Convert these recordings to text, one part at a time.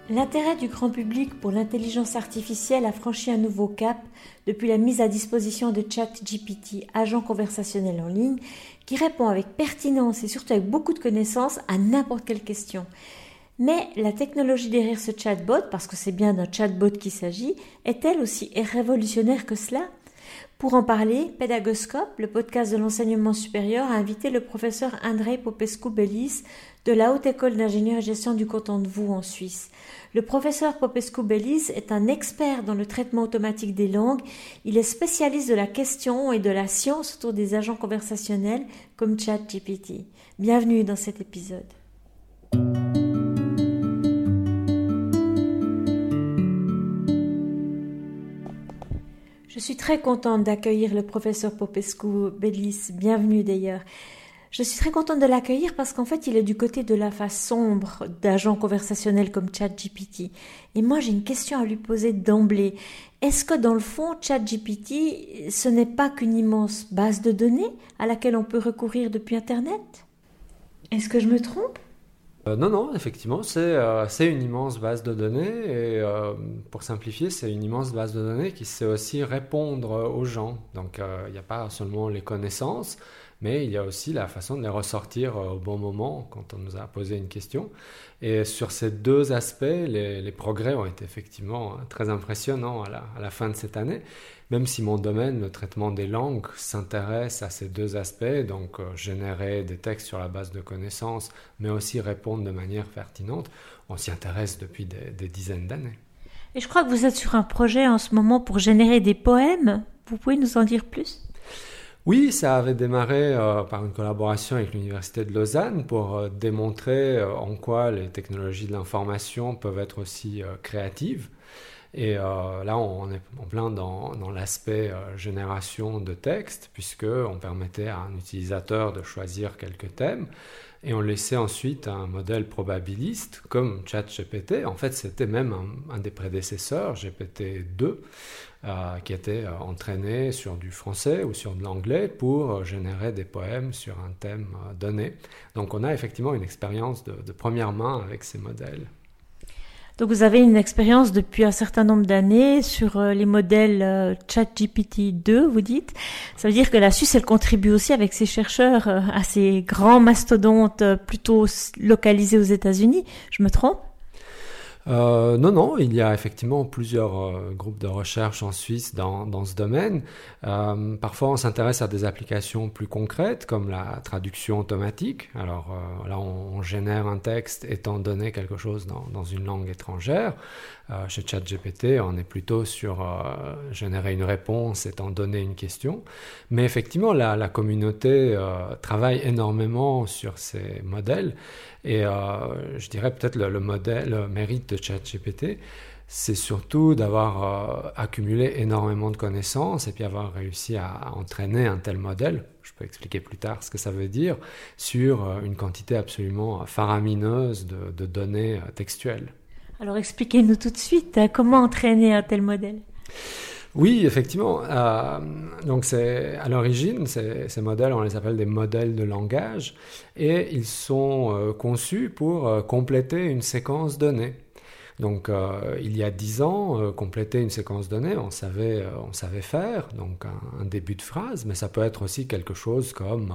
L'intérêt du grand public pour l'intelligence artificielle a franchi un nouveau cap depuis la mise à disposition de ChatGPT, agent conversationnel en ligne, qui répond avec pertinence et surtout avec beaucoup de connaissances à n'importe quelle question. Mais la technologie derrière ce chatbot, parce que c'est bien d'un chatbot qu'il s'agit, est-elle aussi révolutionnaire que cela ? Pour en parler, Pédagoscope, le podcast de l'enseignement supérieur, a invité le professeur Andrei Popescu-Bellis de la Haute École d'ingénieurs et gestion du canton de Vaud en Suisse. Le professeur Popescu-Bellis est un expert dans le traitement automatique des langues. Il est spécialiste de la question et de la science autour des agents conversationnels comme ChatGPT. Bienvenue dans cet épisode. Je suis très contente d'accueillir le professeur Popescu-Bellis. Bienvenue d'ailleurs. Je suis très contente de l'accueillir parce qu'en fait, il est du côté de la face sombre d'agents conversationnels comme ChatGPT. Et moi, j'ai une question à lui poser d'emblée. Est-ce que dans le fond, ChatGPT, ce n'est pas qu'une immense base de données à laquelle on peut recourir depuis Internet ? Est-ce que je me trompe ? Non, effectivement, c'est une immense base de données et pour simplifier, c'est une immense base de données qui sait aussi répondre aux gens. Donc, il n'y a pas seulement les connaissances, mais il y a aussi la façon de les ressortir au bon moment quand on nous a posé une question. Et sur ces deux aspects, les progrès ont été effectivement très impressionnants à la fin de cette année, même si mon domaine, le traitement des langues, s'intéresse à ces deux aspects, donc générer des textes sur la base de connaissances, mais aussi répondre de manière pertinente, on s'y intéresse depuis des dizaines d'années. Et je crois que vous êtes sur un projet en ce moment pour générer des poèmes. Vous pouvez nous en dire plus ? Oui, ça avait démarré par une collaboration avec l'Université de Lausanne pour démontrer en quoi les technologies de l'information peuvent être aussi créatives. Et là, on est en plein dans l'aspect génération de texte, puisqu'on permettait à un utilisateur de choisir quelques thèmes et on laissait ensuite un modèle probabiliste comme ChatGPT. En fait, c'était même un des prédécesseurs, GPT-2, qui était entraîné sur du français ou sur de l'anglais pour générer des poèmes sur un thème donné. Donc, on a effectivement une expérience de première main avec ces modèles. Donc vous avez une expérience depuis un certain nombre d'années sur les modèles ChatGPT 2, vous dites. Ça veut dire que la Suisse, elle contribue aussi avec ses chercheurs à ces grands mastodontes plutôt localisés aux États-Unis. Je me trompe ? Non, il y a effectivement plusieurs groupes de recherche en Suisse dans ce domaine. Parfois, on s'intéresse à des applications plus concrètes, comme la traduction automatique. Alors là, on génère un texte étant donné quelque chose dans une langue étrangère. Chez ChatGPT, on est plutôt sur générer une réponse étant donné une question. Mais effectivement, la communauté travaille énormément sur ces modèles. Et je dirais peut-être le mérite de ChatGPT, c'est surtout d'avoir accumulé énormément de connaissances et puis avoir réussi à entraîner un tel modèle, je peux expliquer plus tard ce que ça veut dire, sur une quantité absolument faramineuse de données textuelles. Alors expliquez-nous tout de suite comment entraîner un tel modèle. Oui, effectivement. Donc à l'origine, ces modèles, on les appelle des modèles de langage et ils sont conçus pour compléter une séquence donnée. Donc il y a 10 ans, compléter une séquence donnée, on savait faire, donc un début de phrase, mais ça peut être aussi quelque chose comme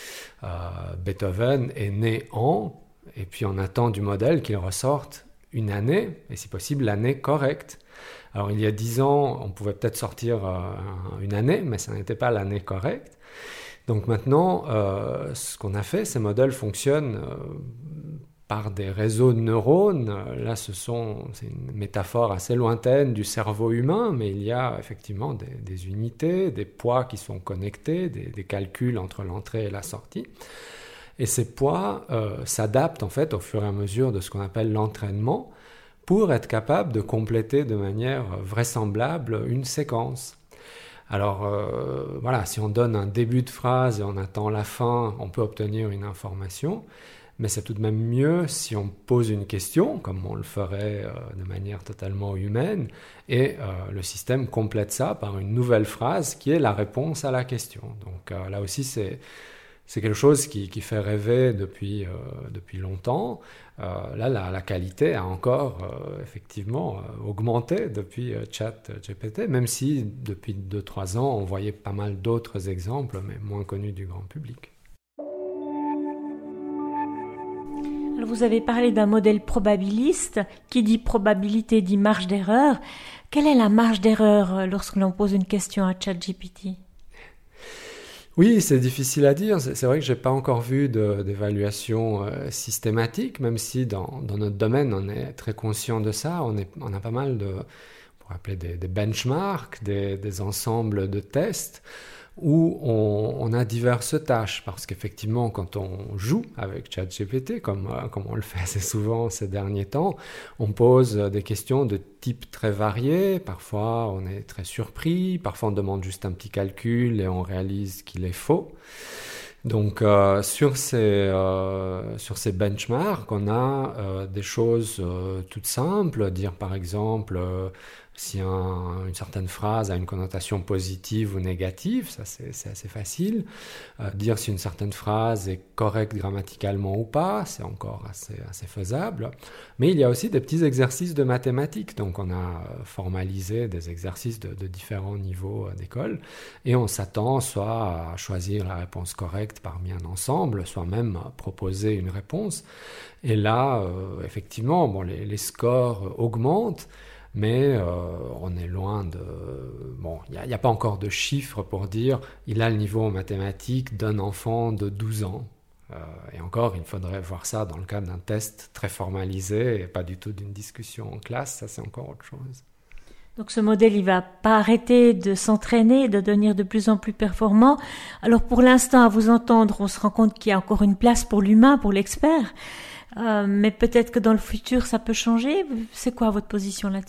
Beethoven est né en, et puis on attend du modèle qu'il ressorte une année, et si possible l'année correcte. Alors il y a 10 ans, on pouvait peut-être sortir une année, mais ça n'était pas l'année correcte. Donc maintenant, ce qu'on a fait, ces modèles fonctionnent par des réseaux de neurones. Là, c'est une métaphore assez lointaine du cerveau humain, mais il y a effectivement des unités, des poids qui sont connectés, des calculs entre l'entrée et la sortie. Et ces poids s'adaptent en fait au fur et à mesure de ce qu'on appelle l'entraînement, pour être capable de compléter de manière vraisemblable une séquence. Alors voilà, si on donne un début de phrase et on attend la fin, on peut obtenir une information, mais c'est tout de même mieux si on pose une question, comme on le ferait de manière totalement humaine, et le système complète ça par une nouvelle phrase qui est la réponse à la question. Donc là aussi, c'est quelque chose qui fait rêver depuis longtemps. Là, la qualité a encore effectivement augmenté depuis ChatGPT, même si depuis 2-3 ans, on voyait pas mal d'autres exemples, mais moins connus du grand public. Alors vous avez parlé d'un modèle probabiliste. Qui dit probabilité dit marge d'erreur. Quelle est la marge d'erreur lorsque l'on pose une question à ChatGPT ? Oui, c'est difficile à dire. C'est vrai que je n'ai pas encore vu d'évaluation systématique, même si dans notre domaine, on est très conscient de ça. On a pas mal on pourrait appeler des benchmarks, des ensembles de tests, où on a diverses tâches, parce qu'effectivement, quand on joue avec ChatGPT, comme on le fait assez souvent ces derniers temps, on pose des questions de type très variés. Parfois, on est très surpris, parfois on demande juste un petit calcul et on réalise qu'il est faux. Donc, sur ces benchmarks, on a des choses toutes simples, dire par exemple si une certaine phrase a une connotation positive ou négative, ça c'est assez facile. Dire si une certaine phrase est correcte grammaticalement ou pas, c'est encore assez faisable. Mais il y a aussi des petits exercices de mathématiques. Donc on a formalisé des exercices de différents niveaux d'école et on s'attend soit à choisir la réponse correcte parmi un ensemble, soit même à proposer une réponse. Et là, effectivement, les scores augmentent. Mais on est loin de... Bon, il n'y a pas encore de chiffres pour dire il a le niveau en mathématiques d'un enfant de 12 ans. Et encore, il faudrait voir ça dans le cadre d'un test très formalisé et pas du tout d'une discussion en classe. Ça, c'est encore autre chose. Donc ce modèle, il ne va pas arrêter de s'entraîner, de devenir de plus en plus performant. Alors pour l'instant, à vous entendre, on se rend compte qu'il y a encore une place pour l'humain, pour l'expert. Mais peut-être que dans le futur, ça peut changer. C'est quoi votre position là-dessus ?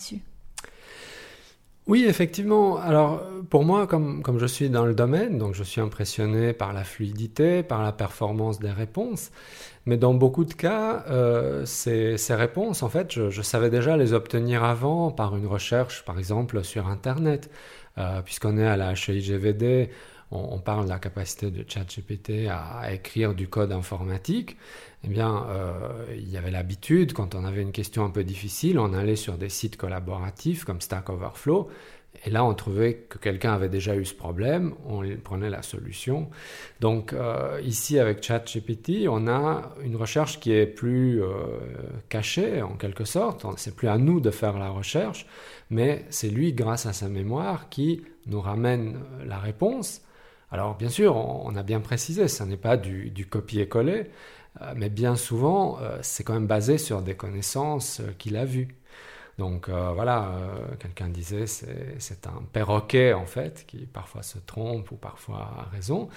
Oui, effectivement. Alors, pour moi, comme je suis dans le domaine, donc je suis impressionné par la fluidité, par la performance des réponses. Mais dans beaucoup de cas, ces réponses, en fait, je savais déjà les obtenir avant par une recherche, par exemple, sur Internet. Puisqu'on est à la HEIGVD, on parle de la capacité de ChatGPT à écrire du code informatique. Eh bien, il y avait l'habitude, quand on avait une question un peu difficile, on allait sur des sites collaboratifs comme Stack Overflow, et là, on trouvait que quelqu'un avait déjà eu ce problème, on prenait la solution. Donc, ici, avec ChatGPT, on a une recherche qui est plus cachée, en quelque sorte. C'est plus à nous de faire la recherche, mais c'est lui, grâce à sa mémoire, qui nous ramène la réponse. Alors, bien sûr, on a bien précisé, ce n'est pas du copier-coller, mais bien souvent, c'est quand même basé sur des connaissances qu'il a vues. Donc quelqu'un disait c'est un perroquet en fait qui parfois se trompe ou parfois a raison.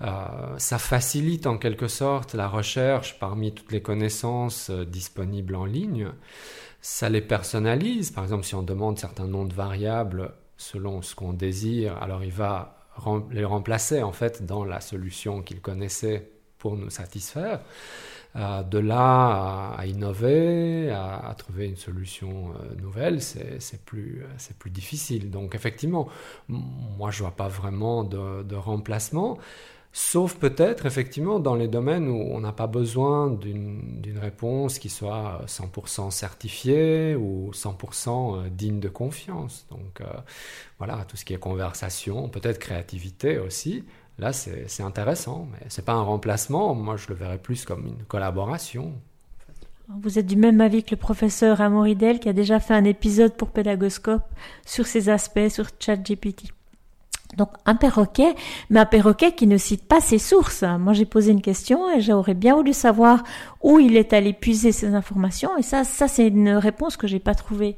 Ça facilite en quelque sorte la recherche parmi toutes les connaissances disponibles en ligne. Ça les personnalise. Par exemple, si on demande certains noms de variables selon ce qu'on désire, alors il va les remplacer en fait dans la solution qu'il connaissait pour nous satisfaire. De là à innover, à trouver une solution nouvelle, c'est plus difficile. Donc effectivement, moi je vois pas vraiment de remplacement, sauf peut-être effectivement dans les domaines où on n'a pas besoin d'une réponse qui soit 100% certifiée ou 100% digne de confiance. Donc tout ce qui est conversation, peut-être créativité aussi. Là, c'est intéressant, mais ce n'est pas un remplacement. Moi, je le verrais plus comme une collaboration. Vous êtes du même avis que le professeur Amaury Del, qui a déjà fait un épisode pour Pédagoscope sur ces aspects, sur ChatGPT. Donc, un perroquet, mais un perroquet qui ne cite pas ses sources. Moi, j'ai posé une question et j'aurais bien voulu savoir où il est allé puiser ces informations. Et ça c'est une réponse que je n'ai pas trouvée.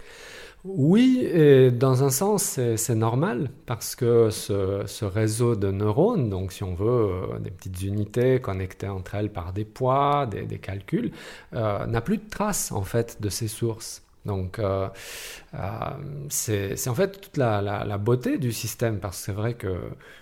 Oui, et dans un sens, c'est normal parce que ce réseau de neurones, donc si on veut, des petites unités connectées entre elles par des poids, des calculs, n'a plus de traces en fait de ces sources. Donc, c'est en fait toute la beauté du système parce que c'est vrai que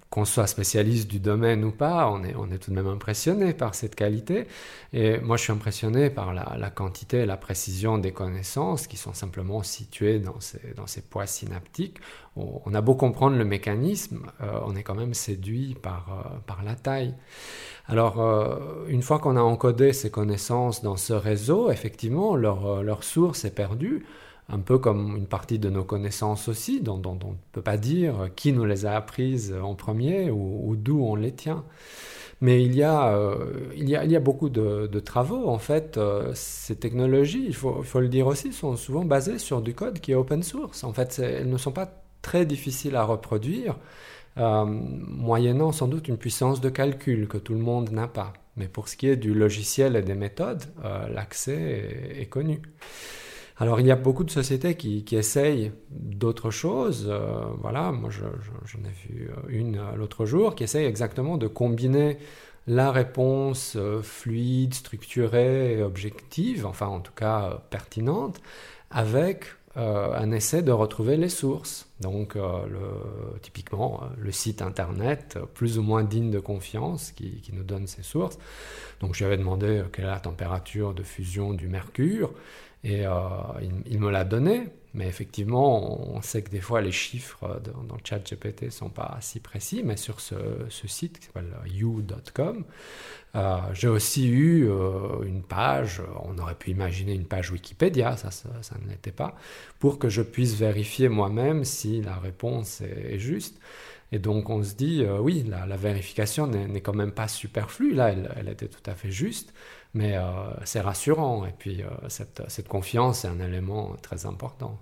qu'on soit spécialiste du domaine ou pas, on est tout de même impressionné par cette qualité. Et moi, je suis impressionné par la quantité et la précision des connaissances qui sont simplement situées dans ces poids synaptiques. On a beau comprendre le mécanisme, on est quand même séduit par la taille. Alors, une fois qu'on a encodé ces connaissances dans ce réseau, effectivement, leur source est perdue. Un peu comme une partie de nos connaissances aussi, dont on ne peut pas dire qui nous les a apprises en premier ou d'où on les tient. Mais il y a beaucoup de travaux. En fait, ces technologies, il faut le dire aussi, sont souvent basées sur du code qui est open source. En fait, elles ne sont pas très difficiles à reproduire, moyennant sans doute une puissance de calcul que tout le monde n'a pas. Mais pour ce qui est du logiciel et des méthodes, l'accès est connu. Alors, il y a beaucoup de sociétés qui essayent d'autres choses. Voilà, moi, j'en ai vu une l'autre jour qui essaye exactement de combiner la réponse fluide, structurée, objective, enfin, en tout cas, pertinente, avec un essai de retrouver les sources. Donc, typiquement, le site internet plus ou moins digne de confiance qui nous donne ces sources. Donc, je lui avais demandé quelle est la température de fusion du mercure. Et il me l'a donné, mais effectivement, on sait que des fois les chiffres dans ChatGPT ne sont pas si précis, mais sur ce site qui s'appelle you.com, j'ai aussi eu une page, on aurait pu imaginer une page Wikipédia, ça ne l'était pas, pour que je puisse vérifier moi-même si la réponse est juste. Et donc on se dit, oui, la vérification n'est quand même pas superflue, là elle était tout à fait juste, mais c'est rassurant, et puis cette confiance est un élément très important.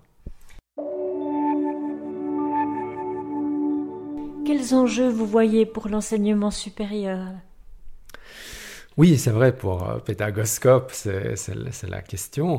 Quels enjeux vous voyez pour l'enseignement supérieur ? Oui, c'est vrai, pour Pédagoscope, c'est la question.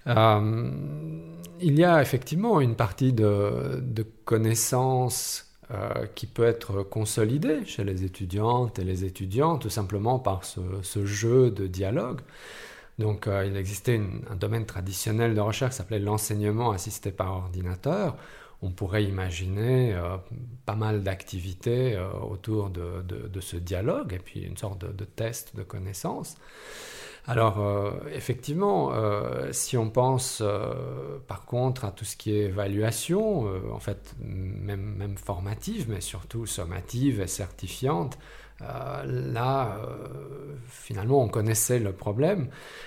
Il y a effectivement une partie de connaissances qui peut être consolidée chez les étudiantes et les étudiants, tout simplement par ce jeu de dialogue. Donc, il existait un domaine traditionnel de recherche qui s'appelait l'enseignement assisté par ordinateur. On pourrait imaginer pas mal d'activités autour de ce dialogue et puis une sorte de test de connaissances. Alors, effectivement, si on pense par contre à tout ce qui est évaluation, en fait, même formative, mais surtout sommative et certifiante, là, finalement, on connaissait le problème.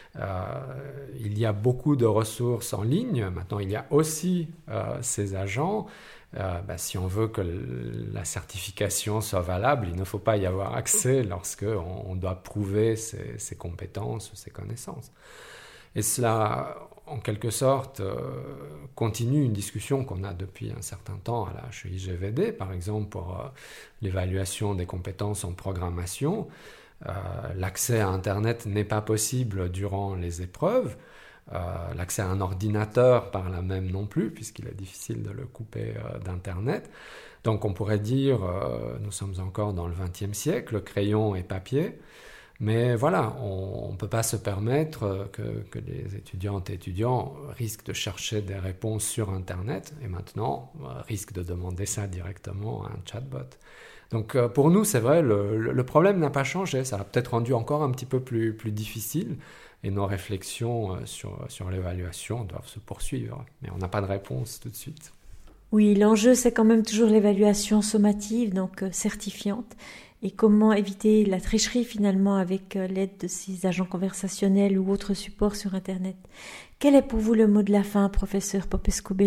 Il y a beaucoup de ressources en ligne. Maintenant, il y a aussi ces agents. Si on veut que la certification soit valable, il ne faut pas y avoir accès lorsqu'on doit prouver ses compétences ou ses connaissances. Et cela, en quelque sorte, continue une discussion qu'on a depuis un certain temps à la HEI-GVD, par exemple pour l'évaluation des compétences en programmation. L'accès à Internet n'est pas possible durant les épreuves. L'accès à un ordinateur par là même non plus, puisqu'il est difficile de le couper d'Internet. Donc on pourrait dire, nous sommes encore dans le XXe siècle, crayon et papier, mais voilà, on ne peut pas se permettre que les étudiantes et étudiants risquent de chercher des réponses sur Internet, et maintenant risquent de demander ça directement à un chatbot. Donc pour nous, c'est vrai, le problème n'a pas changé, ça l'a peut-être rendu encore un petit peu plus difficile, et nos réflexions sur l'évaluation doivent se poursuivre. Mais on n'a pas de réponse tout de suite. Oui, l'enjeu, c'est quand même toujours l'évaluation sommative, donc certifiante. Et comment éviter la tricherie finalement avec l'aide de ces agents conversationnels ou autres supports sur Internet. Quel est pour vous le mot de la fin, professeur Popescu-Bellis ?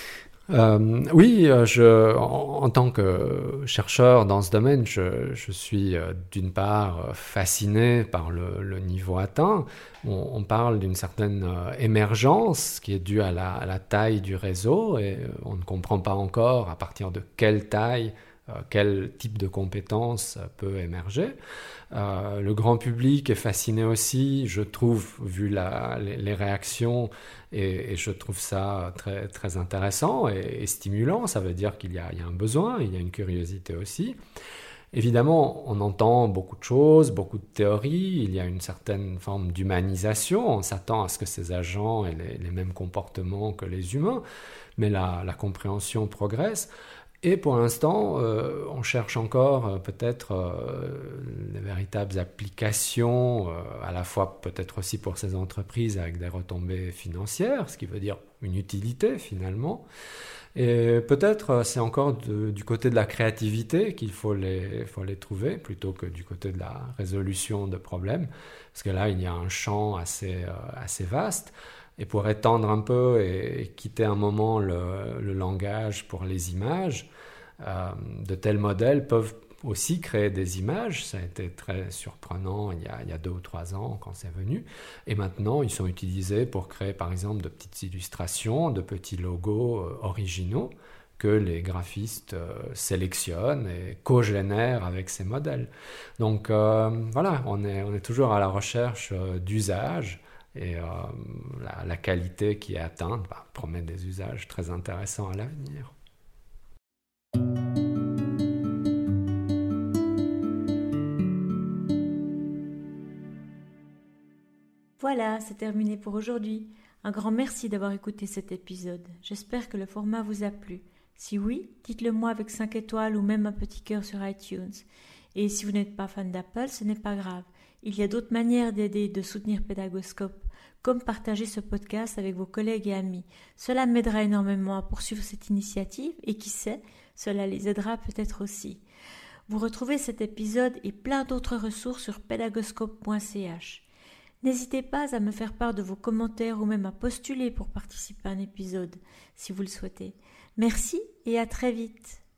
Oui, en tant que chercheur dans ce domaine, je suis d'une part fasciné par le niveau atteint. On parle d'une certaine émergence qui est due à la taille du réseau et on ne comprend pas encore à partir de quelle taille, quel type de compétences peut émerger. Le grand public est fasciné aussi, je trouve, vu les réactions, et je trouve ça très, très intéressant et stimulant. Ça veut dire qu'il y a un besoin, il y a une curiosité aussi. Évidemment, on entend beaucoup de choses, beaucoup de théories, il y a une certaine forme d'humanisation, on s'attend à ce que ces agents aient les mêmes comportements que les humains, mais la compréhension progresse. Et pour l'instant, on cherche encore peut-être les véritables applications, à la fois peut-être aussi pour ces entreprises avec des retombées financières, ce qui veut dire une utilité finalement. Et peut-être c'est encore du côté de la créativité qu'il faut les trouver plutôt que du côté de la résolution de problèmes, parce que là il y a un champ assez vaste. Et pour étendre un peu et quitter un moment le langage pour les images, de tels modèles peuvent aussi créer des images. Ça a été très surprenant il y a 2 ou 3 ans quand c'est venu. Et maintenant, ils sont utilisés pour créer par exemple de petites illustrations, de petits logos originaux que les graphistes sélectionnent et co-génèrent avec ces modèles. Donc voilà, on est toujours à la recherche d'usages. Et la qualité qui est atteinte promet des usages très intéressants à l'avenir. Voilà, c'est terminé pour aujourd'hui. Un grand merci d'avoir écouté cet épisode. J'espère que le format vous a plu. Si oui, dites-le moi avec 5 étoiles ou même un petit cœur sur iTunes. Et si vous n'êtes pas fan d'Apple, ce n'est pas grave. Il y a d'autres manières d'aider et de soutenir Pédagoscope, comme partager ce podcast avec vos collègues et amis. Cela m'aidera énormément à poursuivre cette initiative et qui sait, cela les aidera peut-être aussi. Vous retrouvez cet épisode et plein d'autres ressources sur pédagoscope.ch. N'hésitez pas à me faire part de vos commentaires ou même à postuler pour participer à un épisode, si vous le souhaitez. Merci et à très vite.